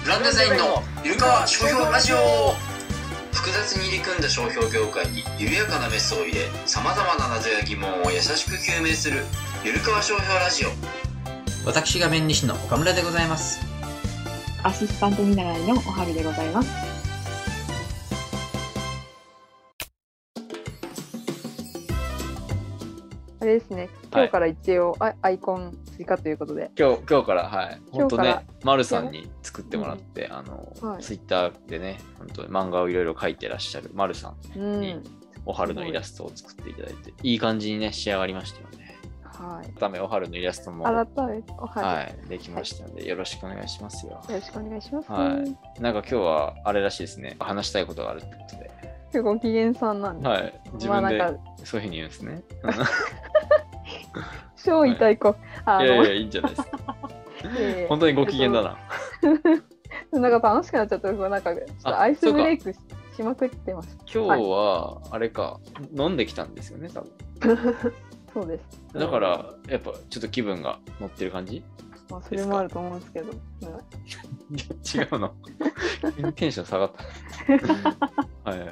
グランデザインのゆるかわ商標ラジオ。複雑に入り組んだ商標業界に緩やかなメスを入れ、さまざまな謎や疑問を優しく究明するゆるかわ商標ラジオ。私が弁理士の岡村でございます。 アシスタント見習いのおはるでございます。あれですね、今日から一応、アイコン追加ということで、 今日から、はい、本当ね、まるさんに作ってもらって、ツイッターでね、本当に漫画をいろいろ描いてらっしゃるまるさんに、おはるのイラストを作っていただいて、いい感じにね、仕上がりましたよね。はい。改めおはるのイラストも、 改めおはる、 はい、できましたので、よろしくお願いしますよ。 よろしくお願いします。 はい。なんか今日はあれらしいですね、話したいことがあるってことで。 結構ご機嫌さんなんで。 はい。自分でそういうふうに言うんですね。 超痛い子。 いや、いいんじゃないですか。本当にご機嫌だな。 なんか楽しくなっちゃった。なんかちょっとアイスブレイクしまくってます。 今日はあれか、飲んできたんですよね、多分。 そうです。 だからやっぱちょっと気分が乗ってる感じ？ まあそれもあると思うんですけど。 違うの。テンション下がった。はい。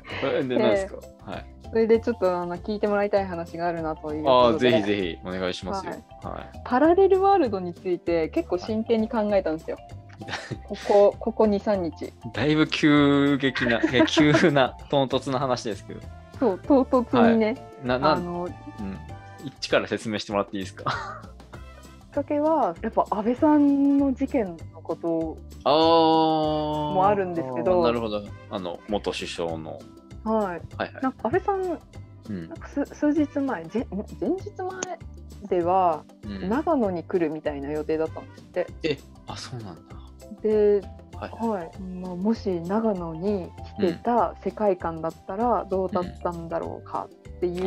で何ですか？はい。 それでちょっと聞いてもらいたい話があるなということで。 ぜひぜひお願いしますよ。 はい。パラレルワールドについて結構真剣に考えたんですよ。ここ 2,3 日。 だいぶ急な唐突な話ですけど。 そう、唐突にね。 一から説明してもらっていいですか？ きっかけはやっぱ安倍さんの事件のこともあるんですけど。 なるほど。元首相の。 はい。なんか安倍さん、なんか数日前、前日前では、長野に来るみたいな予定だったんですって。 そうなんだ。 で、もし長野に来てた世界観だったらどうだったんだろうかっていう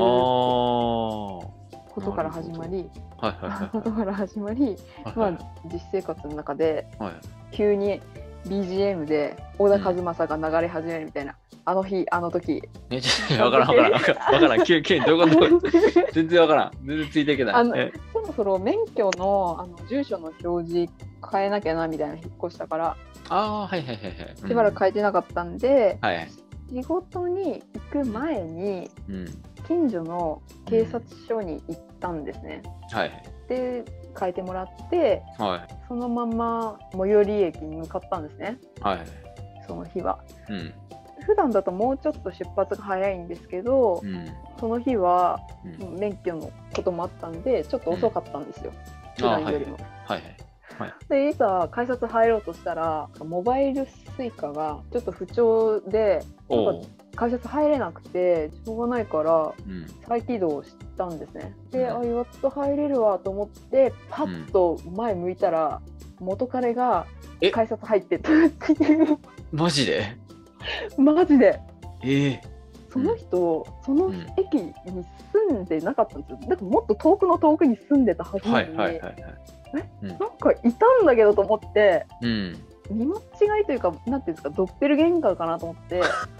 ことから始まり、実生活の中で急に BGM で小田和正が流れ始めるみたいな。あの日、あの時。 わからん。急にどこ全然わからん。全然ついていけない。 そろそろ免許の住所の表示変えなきゃなみたいな引っ越したから。しばらく変えてなかったんで、仕事に行く前に近所の警察署に行ったんですね。で、変えてもらって、そのまま最寄り駅に向かったんですね。その日は。普段だともうちょっと出発が早いんですけど、その日は免許のこともあったんでちょっと遅かったんですよ、普段よりも。でいざ改札入ろうとしたらモバイルスイカがちょっと不調で改札入れなくてしょうがないから再起動したんですね。でやっと入れるわと思ってパッと前向いたら元彼が改札入ってたっていう。 マジでその人、その駅に住んでなかったんですよ。だからもっと遠くの遠くに住んでたはずなのに、なんかいたんだけどと思って、見間違いというか、なんていうんですか、ドッペルゲンガーかなと思って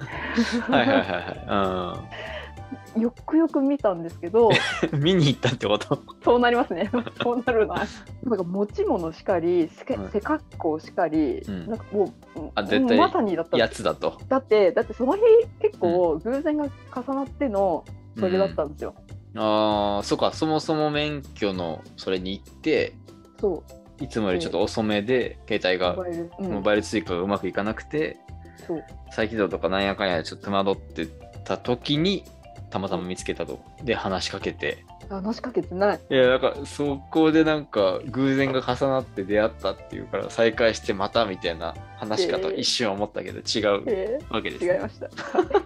よくよく見たんですけど見に行ったってこと？ そうなりますね。そうなるな。なんか持ち物しかり背格好しかり、なんかもう絶対まさにだったやつだと。 だってその日結構偶然が重なってのそれだったんですよ。 そうか。そもそも免許のそれに行って、いつもよりちょっと遅めで携帯がモバイル追加がうまくいかなくて、再起動とかなんやかんやちょっと戸惑ってた時にたまたま見つけたと。で話しかけてない。 いやなんかそこでなんか偶然が重なって出会ったっていうから再会してまたみたいな話かと一瞬思ったけど違うわけです、 違いました。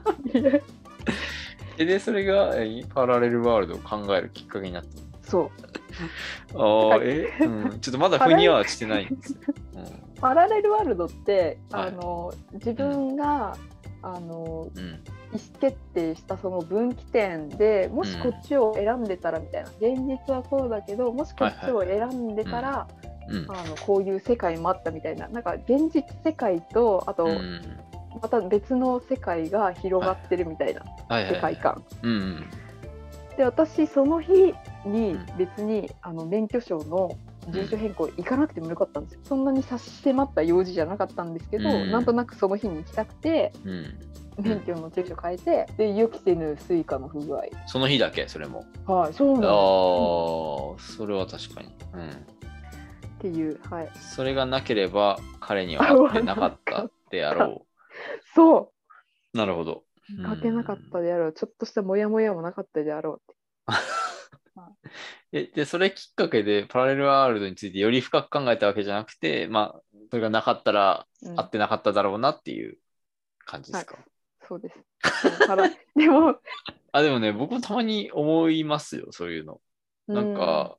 でそれがパラレルワールドを考えるきっかけになった。 そうちょっとまだ腑にはしてないんですよ。 パラレルワールドって自分が意思決定したその分岐点でもしこっちを選んでたらみたいな、現実はこうだけどもしこっちを選んでたらこういう世界もあったみたいな、なんか現実世界とあとまた別の世界が広がってるみたいな世界観で、私その日に別に免許証の住所変更行かなくてもよかったんですよ。そんなに差し迫った用事じゃなかったんですけど、なんとなくその日に行きたくて、免許の住所変えて、で予期せぬスイカの不具合。 その日だけ、それも。 はい、そうなんです。 それは確かに。 っていう、はい。 それがなければ彼には会ってなかったであろう。 そう。 なるほど。 かけなかったであろう。ちょっとしたモヤモヤもなかったであろうって。で、それきっかけでパラレルワールドについてより深く考えたわけじゃなくて、まあ、それがなかったら会ってなかっただろうなっていう感じですか。 はい、そうです。でもでもね、僕もたまに思いますよ、そういうの。なんか、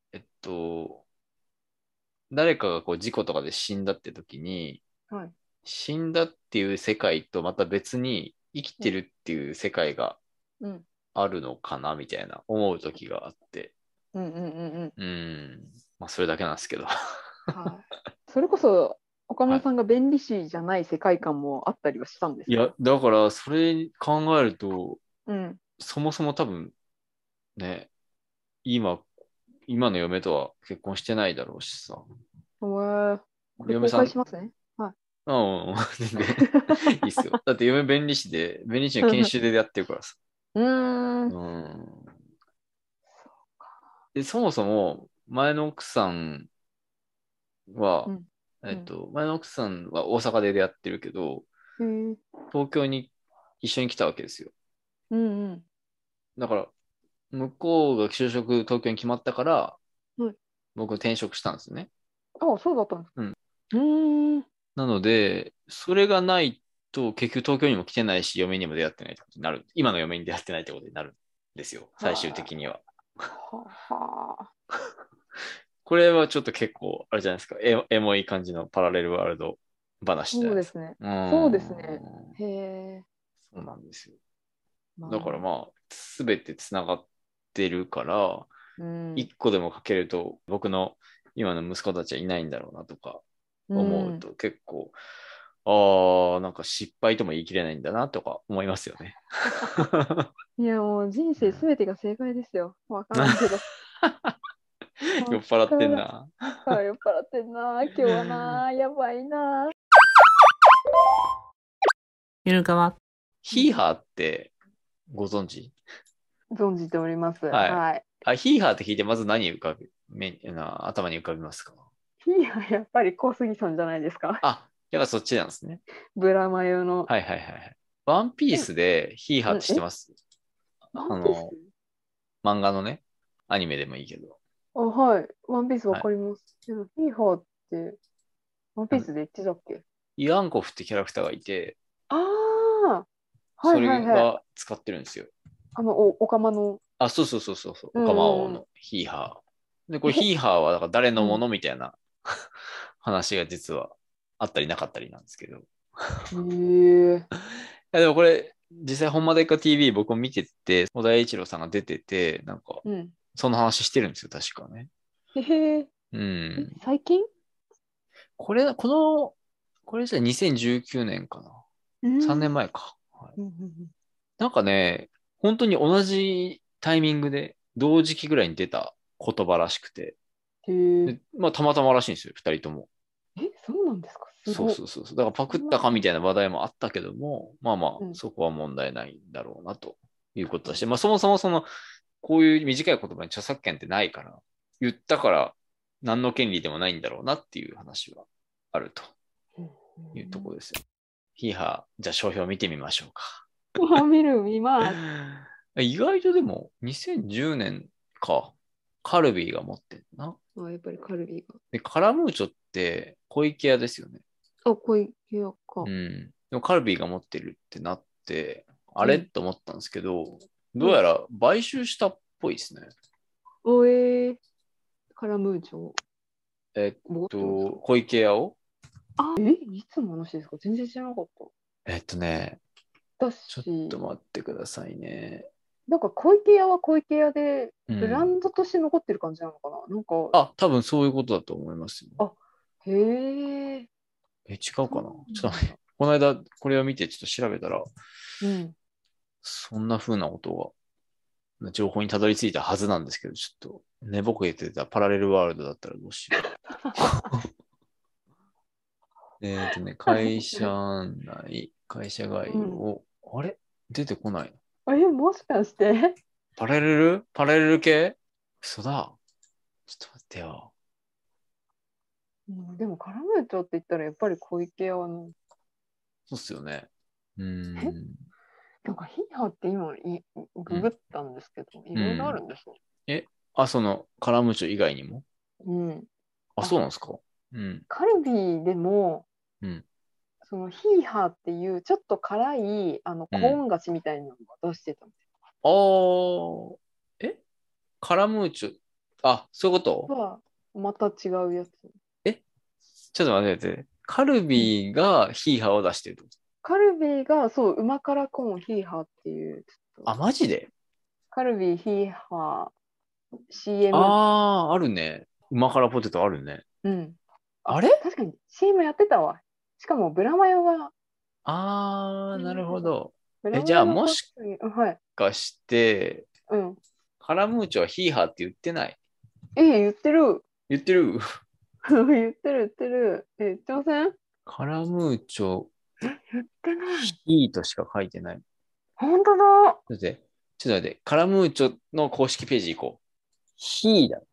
誰かがこう事故とかで死んだって時に、 はい、 死んだっていう世界とまた別に生きてるっていう世界があるのかなみたいな思う時があって。まあそれだけなんですけど。 はい、それこそ岡村さんが弁理士じゃない世界観もあったりはしたんですか？ いや、だからそれ考えると、そもそも多分ね、今の嫁とは結婚してないだろうしさ。 嫁さん。公開しますね。はい。 全然いいっすよ。だって嫁弁理士で、弁理士の研修でやってるからさ。で、そもそも前の奥さんは、前の奥さんは大阪で出会ってるけど、東京に一緒に来たわけですよ。だから、向こうが就職東京に決まったから、僕転職したんですね。 ああ、そうだったんです。 なので、それがないと結局東京にも来てないし、嫁にも出会ってないってことになる。今の嫁に出会ってないってことになるんですよ、最終的には。これはちょっと結構、あれじゃないですか、エモい感じのパラレルワールド話じゃないですか。 そうですね。そうですね。へえ。 そうなんですよ。だからまあ、すべてつながってるから、一個でもかけると、僕の今の息子たちはいないんだろうなとか思うと、結構、なんか失敗とも言い切れないんだなとか思いますよね。 いや、もう人生すべてが正解ですよ。わからんけど。 酔っ払ってんな。 酔っ払ってんな。今日はな、やばいな。 ゆるかわ。ヒーハーってご存知？ 存じております。はい。 ヒーハーって聞いてまず何浮かぶ、頭に浮かびますか？ ヒーハーやっぱり小杉さんじゃないですか。 やっぱそっちなんですね。 ブラマヨの。 はい。ワンピースでヒーハーって知ってます？漫画のね、アニメでもいいけど。 はい。ワンピースわかります。けど、ヒーハーって、ワンピースで言ってたっけ？ イアンコフってキャラクターがいて、 それが使ってるんですよ。 オカマの。 そう。オカマ王のヒーハー。で、これヒーハーはだから誰のものみたいな話が実はあったりなかったりなんですけど。でもこれ、実際、ほんまでっか TV 僕も見てて、小田栄一郎さんが出てて、なんか、その話してるんですよ、確かね。 最近？ これじゃ2019年かな。3年前か。なんかね、本当に同じタイミングで、同時期ぐらいに出た言葉らしくて。たまたまらしいんですよ、2人とも。 そうなんですか？ そう。だからパクったかみたいな話題もあったけども、そこは問題ないんだろうなということだし、そもそもこういう短い言葉に著作権ってないから、言ったから何の権利でもないんだろうなっていう話はあるというところですよ。ヒーハー、じゃあ商標見てみましょうか。 見ます。 意外とでも2010年か、カルビーが持ってるな。 やっぱりカルビーが。 で、カラムーチョって小池屋ですよね。 小池屋か。 でもカルビーが持ってるってなって、あれと思ったんですけど、どうやら買収したっぽいですね。 カラムーチョ。 小池屋をいつの話ですか？全然知らなかった。 ちょっと待ってくださいね。 なんか小池屋は小池屋で、ブランドとして残ってる感じなのかな？なんか。 多分そういうことだと思いますよ。 へえ。 違うかな？ちょっと待って。この間これを見てちょっと調べたら、そんな風なことが情報にたどり着いたはずなんですけど、ちょっと寝ぼけてたパラレルワールドだったらどうしよう。会社内、会社概要、あれ出てこないの。もしかしてパラレル系嘘だ。ちょっと待ってよ。 でもカラムーチョって言ったらやっぱり小池屋の。 そうっすよね。 なんかヒーハーって今ググったんですけど、いろいろあるんですね。 そのカラムーチョ以外にもそうなんですか。 カルビーでも、そのヒーハーっていうちょっと辛いコーン菓子みたいなのを出してたんですよ。カラムーチョ、そういうことはまた違うやつ。 ちょっと待って。カルビーがヒーハーを出してるってこと？ カルビーがそう、旨辛コーンヒーハーっていう。 マジで？ カルビーヒーハー CM。 あるね。旨辛ポテトあるね。あれ？ 確かに CM やってたわ。しかもブラマヨが。 なるほど。じゃあもしかして、カラムーチョはヒーハーって言ってない？ 言ってる。 言ってる。 言ってる。言ってません？ カラムーチョ、 言ってない。 ヒーとしか書いてない。 本当だ。 ちょっと待って。カラムーチョの公式ページ行こう。ヒーだ。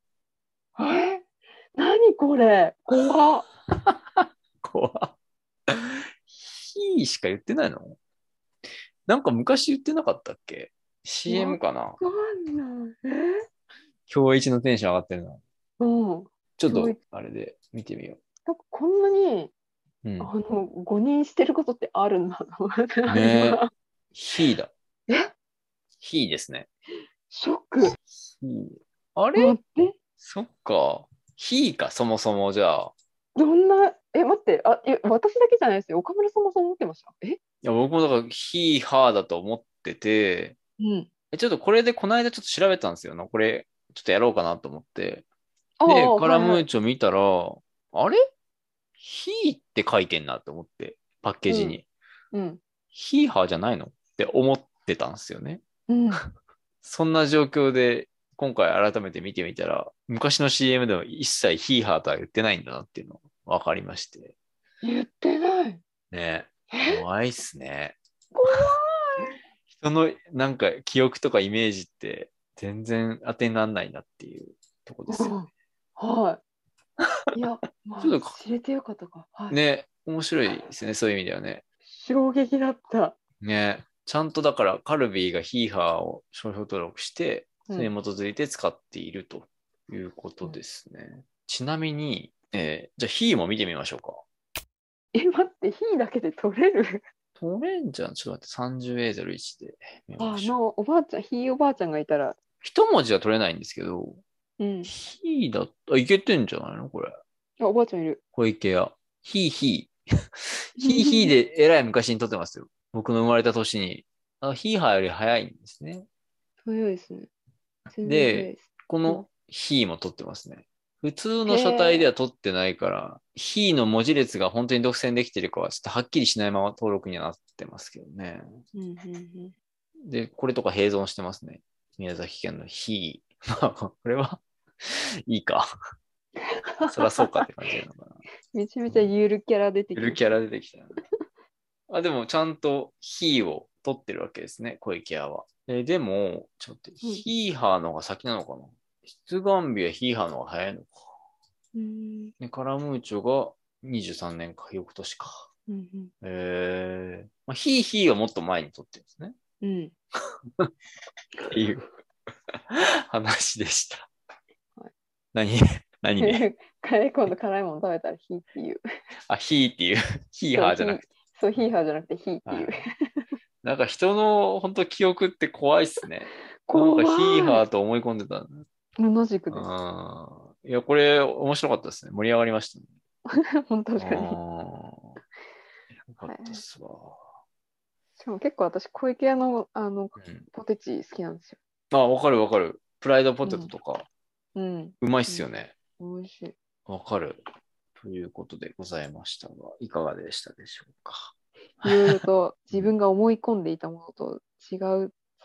何これ？怖っ。 怖っ。ヒーしか言ってないの？なんか昔言ってなかったっけ？ CM かな？ わかんない。 今日一のテンション上がってるな。ちょっとあれで見てみよう。 なんかこんなに、誤認してることってあるんだと思って。 ねえ。ヒーだ。ヒーですね。 ショック。 あれ？そっか。ヒーか、そもそもじゃあ。 どんな、待って、私だけじゃないですよ。岡村さんもそう思ってました？ いや、僕もだからヒーハーだと思ってて、ちょっとこれでこの間ちょっと調べたんですよ。これ、ちょっとやろうかなと思って。で、カラムーチョ見たら、あれ？ヒーって書いてんなと思って、パッケージに。ヒーハーじゃないのって思ってたんですよね。そんな状況で、今回改めて見てみたら、昔の CM でも一切ヒーハーとは言ってないんだなっていうの分かりまして。 言ってない。 ね。怖いっすね。 怖い。 人のなんか記憶とかイメージって全然当てにならないなっていうとこですよね。 いや、ちょっと知れてよかったか。 ね、面白いですね、そういう意味ではね。 衝撃だった。 ね、ちゃんとだからカルビーがヒーハーを商標登録して、それに基づいて使っているということですね。ちなみに、じゃあヒーも見てみましょうか。 待って、ヒーだけで取れる？ 取れんじゃん。ちょっと待って、30A01 で見ましょう。おばあちゃん、ヒーおばあちゃんがいたら。 一文字は取れないんですけど、ヒーだった。いけてんじゃないのこれ。 おばあちゃんいる。 小池屋。ヒー。ヒーでえらい昔に撮ってますよ。僕の生まれた年に。ヒーハーより早いんですね。 早いですね。 で、このヒーも撮ってますね。普通の書体では撮ってないから、ヒーの文字列が本当に独占できてるかはちょっとはっきりしないまま登録にはなってますけどね。で、これとか併存してますね。宮崎県のヒー。まあ、これはいいか。そりゃそうかって感じなのかな。 めちゃめちゃゆるキャラ出てきた。 ゆるキャラ出てきた。でもちゃんとヒーを取ってるわけですね、小池屋は。でも、ちょっとヒーハーの方が先なのかな。出願日はヒーハーの方が早いのか。カラムーチョが23年か、翌年か。ヒーはもっと前に取ってるんですね。っていう話でした。何で今度辛いもの食べたらヒーっていう。 ヒーっていう。ヒーハーじゃなくて。 そう、ヒーハーじゃなくてヒーっていう。 なんか人の本当記憶って怖いっすね。なんかヒーハーと思い込んでた。 同じくです。 いや、これ面白かったですね。盛り上がりましたね。 本当確かに。 よかったっすわ。 しかも結構私、小池屋のポテチ好きなんですよ。 わかる。プライドポテトとか。うまいっすよね。 美味しい。 わかる。ということでございましたが、いかがでしたでしょうか。 いろいろと自分が思い込んでいたものと違う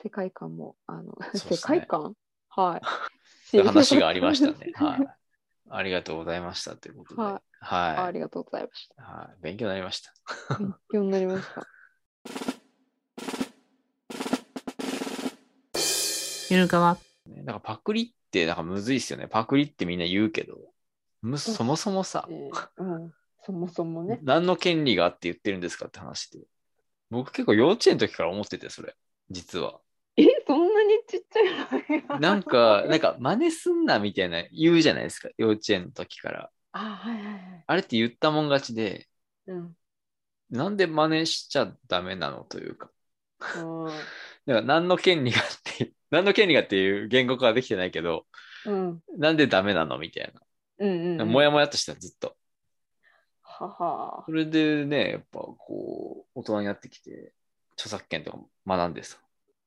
世界観も世界観そういう話がありましたね。はい。ありがとうございましたということで。はい。 ありがとうございました。 はい。勉強になりました。 勉強になりました。 ゆるかわ。なんかパクリってなんかむずいっすよね。パクリってみんな言うけど、そもそもさ、 そもそもね。 何の権利があって言ってるんですかって話で。僕結構幼稚園の時から思ってて、それ。実は。 そんなにちっちゃいの？ なんか真似すんなみたいな言うじゃないですか。幼稚園の時から。あれって言ったもん勝ちで、なんで真似しちゃダメなのというか。だから何の権利がっていう言語化はできてないけど、なんでダメなのみたいな。もやもやっとしたずっと。それでね、やっぱこう、大人になってきて、著作権とか学んでさ。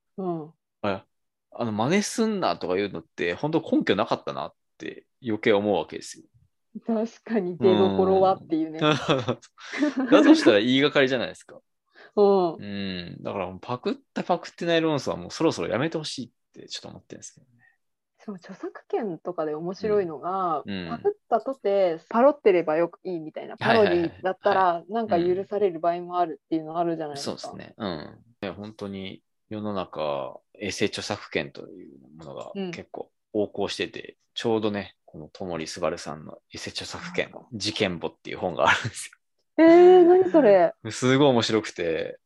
真似すんなとか言うのって、本当根拠なかったなって余計思うわけですよ。 確かに出どころはっていうね。 だとしたら言いがかりじゃないですか。だからパクってない論争はもうそろそろやめてほしいってちょっと思ってるんですけどね。 著作権とかで面白いのが、パクったとてパロってればよくいいみたいな、パロディだったらなんか許される場合もあるっていうのあるじゃないですか。 そうですね。本当に世の中、永世著作権というものが結構横行してて、ちょうどね、この戸森昴さんの永世著作権事件簿っていう本があるんですよ。何それ？ すごい面白くて。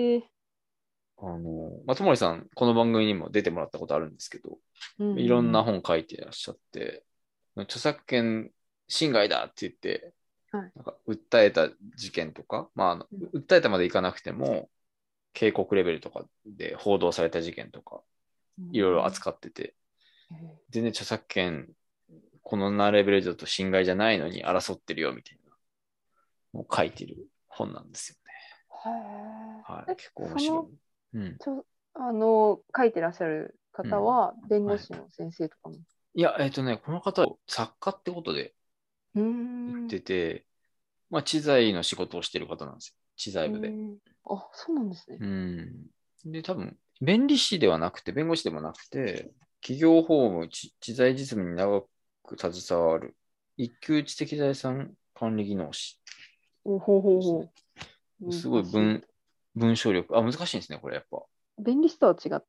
戸森さん、この番組にも出てもらったことあるんですけど、いろんな本書いてらっしゃって、著作権侵害だって言って、なんか訴えた事件とか、訴えたまでいかなくても、警告レベルとかで報道された事件とか、いろいろ扱ってて、全然著作権、このなレベルだと侵害じゃないのに争ってるよみたいなのを書いてる本なんですよね。結構面白い。 書いてらっしゃる方は弁護士の先生とかも、 いや、この方は作家ってことで言ってて、知財の仕事をしてる方なんですよ。知財部で。 そうなんですね。 で、多分、弁理士ではなくて、弁護士でもなくて、企業法務、知財実務に長く携わる、一級知的財産管理技能士。すごい文章力。難しいんですね、これやっぱ。 弁理士とは違って、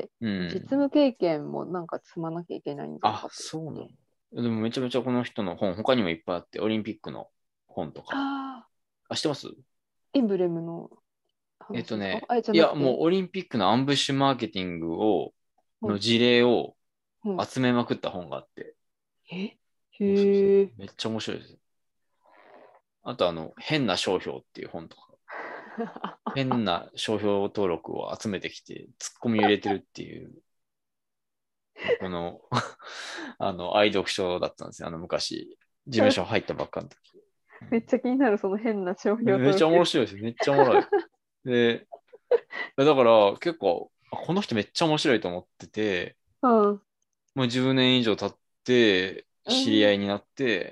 実務経験もなんか積まなきゃいけないんじゃないかって。 そうなの。でもめちゃめちゃこの人の本、他にもいっぱいあって、オリンピックの本とか。知ってます？ エンブレムのいや、もうオリンピックのアンブッシュマーケティングの事例を集めまくった本があって。めっちゃ面白いです。あと変な商標っていう本とか。変な商標登録を集めてきて、ツッコミ入れてるっていう、この、愛読書だったんですよ。昔、事務所入ったばっかの時。 めっちゃ気になる、その変な商標登録。 めっちゃ面白いです。めっちゃおもろい。で、だから結構、この人めっちゃ面白いと思ってて、もう10年以上経って知り合いになって、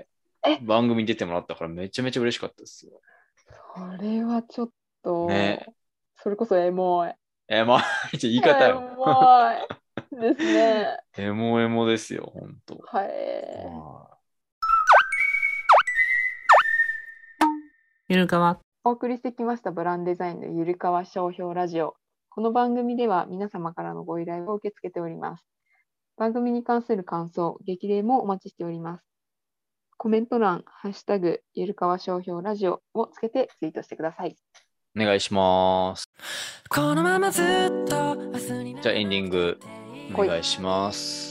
番組に出てもらったからめちゃめちゃ嬉しかったですよ。 それはちょっと、それこそエモい。 エモいって言い方よ。 エモいですね。 エモエモですよ、ほんと。ゆるかわ。 お送りしてきましたブランデザインのゆるかわ商標ラジオ。この番組では皆様からのご依頼を受け付けております。番組に関する感想、激励もお待ちしております。コメント欄、ハッシュタグ、ゆるかわ商標ラジオをつけてツイートしてください。 お願いします。じゃあエンディングお願いします。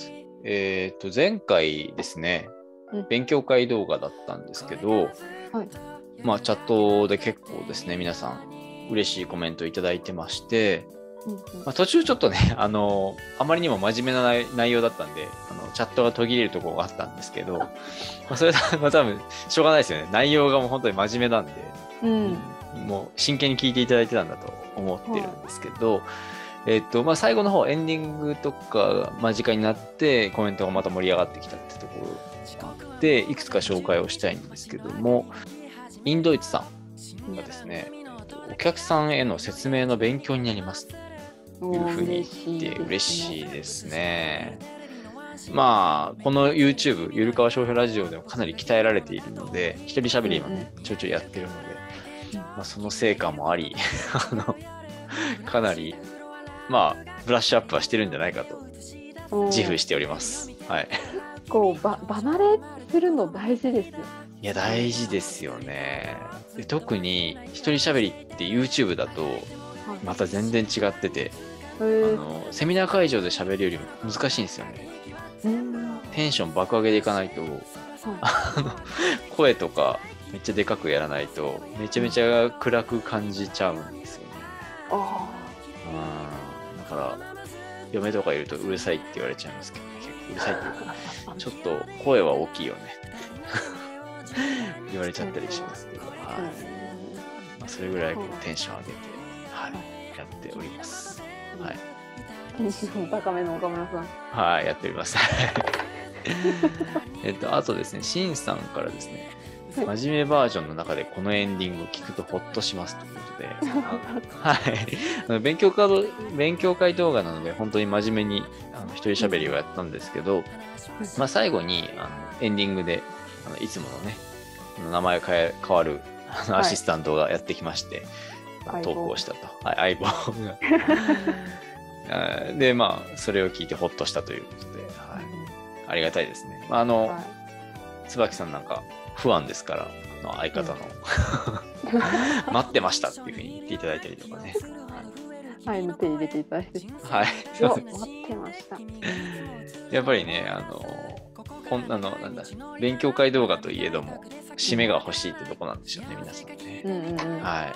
前回ですね、勉強会動画だったんですけど、チャットで結構ですね、皆さん嬉しいコメントいただいてまして、途中ちょっとね、あまりにも真面目な内容だったんで、チャットが途切れるところがあったんですけど、それは多分しょうがないですよね。内容がもう本当に真面目なんで、もう真剣に聞いていただいてたんだと思ってるんですけど、最後の方、エンディングとか間近になってコメントがまた盛り上がってきたってところで、いくつか紹介をしたいんですけども、インドイツさんがですね、お客さんへの説明の勉強になります。 いうふうに言って嬉しいですね。まあこの YouTube ゆるかわ商標ラジオでもかなり鍛えられているので、一人喋り今ねちょいちょいやってるので、まあ、その成果もありかなりまあブラッシュアップはしてるんじゃないかと自負しております。はい。 こう離れするの大事ですよ。 いや大事ですよね。で特に一人喋りって YouTube だとまた全然違ってて、セミナー会場で喋るよりも難しいんですよね。テンション爆上げでいかないと、声とかめっちゃでかくやらないとめちゃめちゃ暗く感じちゃうんですよね。だから嫁とかいるとうるさいって言われちゃいますけど、ね、結構うるさいっていうかちょっと声は大きいよね言われちゃったりしますけど、はい。まあ、それぐらいテンション上げて、はい、やっております。はい。 テンション高めの岡村さん。 はい、やっております。あとですね、しんさんからですね、真面目バージョンの中でこのエンディングを聞くとホッとしますということで、はい、勉強会動画なので本当に真面目に一人喋りをやったんですけど、まあ、最後にエンディングでいつものね名前変わるアシスタントがやってきまして、投稿したと、相棒がでまあそれを聞いてホッとしたということで、はい、ありがたいですね。椿さんなんか不安ですから相方の、待ってましたっていうふうに言っていただいたりとかね、 手入れていただいて、 はい、 待ってました。 やっぱりねなんだ勉強会動画といえども締めが欲しいってとこなんでしょうね、皆さんね。はい。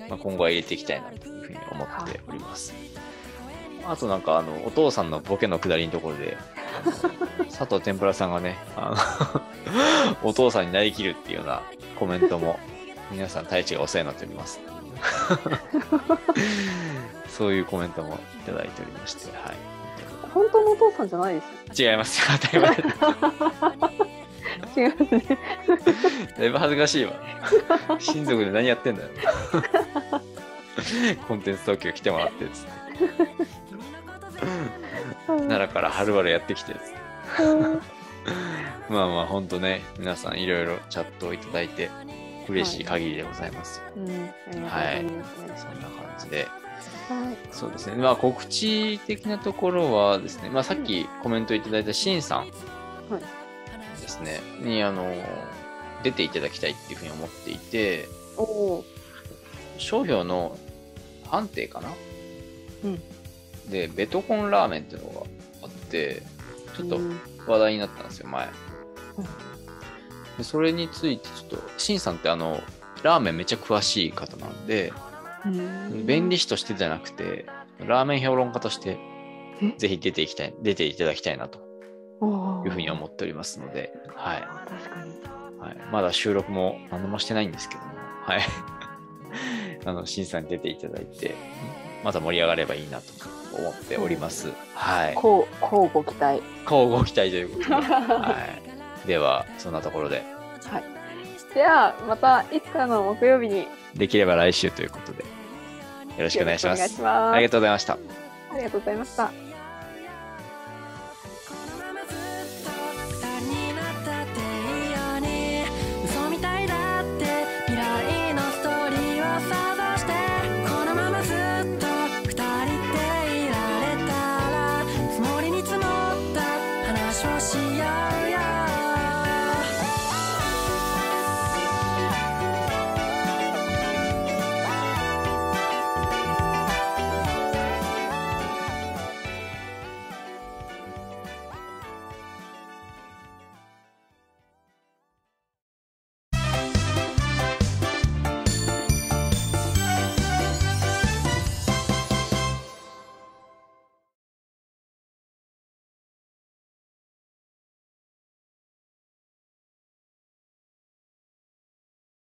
まあ、今後は入れていきたいなというふうに思っております。あとなんかお父さんのボケの下りのところで佐藤天ぷらさんがねお父さんになりきるっていうようなコメントも皆さん太一がお世話になっておりますそういうコメントもいただいておりまして、はい。 本当のお父さんじゃないですよ。違いますよ、当たり前違いますね。 だいぶ恥ずかしいわ。親族で何やってんだよ。コンテンツ東京来てもらってですね。奈良からはるばるやってきてですね。まあまあ本当ね、皆さんいろいろチャットをいただいて嬉しい限りでございます。はい。そんな感じで。そうですね。まあ告知的なところはですね、まあさっきコメントいただいたしんさんですね、に出ていただきたいっていうふうに思っていて、商標の判定かな、でベトコンラーメンっていうのがあってちょっと話題になったんですよ前、でそれについてちょっとしんさんってラーメンめっちゃ詳しい方なんで、弁理士としてじゃなくてラーメン評論家としてぜひ出ていただきたいなというふうに思っておりますので、はい、 確かに、 はい、まだ収録も何もしてないんですけども、はいしんさんに出ていただいてまた盛り上がればいいなと思っております。はい。 交互期待。 交互期待ということで、はい。ではそんなところで、 はい。ではまたいつかの木曜日にできれば来週ということでよろしくお願いします。ありがとうございました。 ありがとうございました。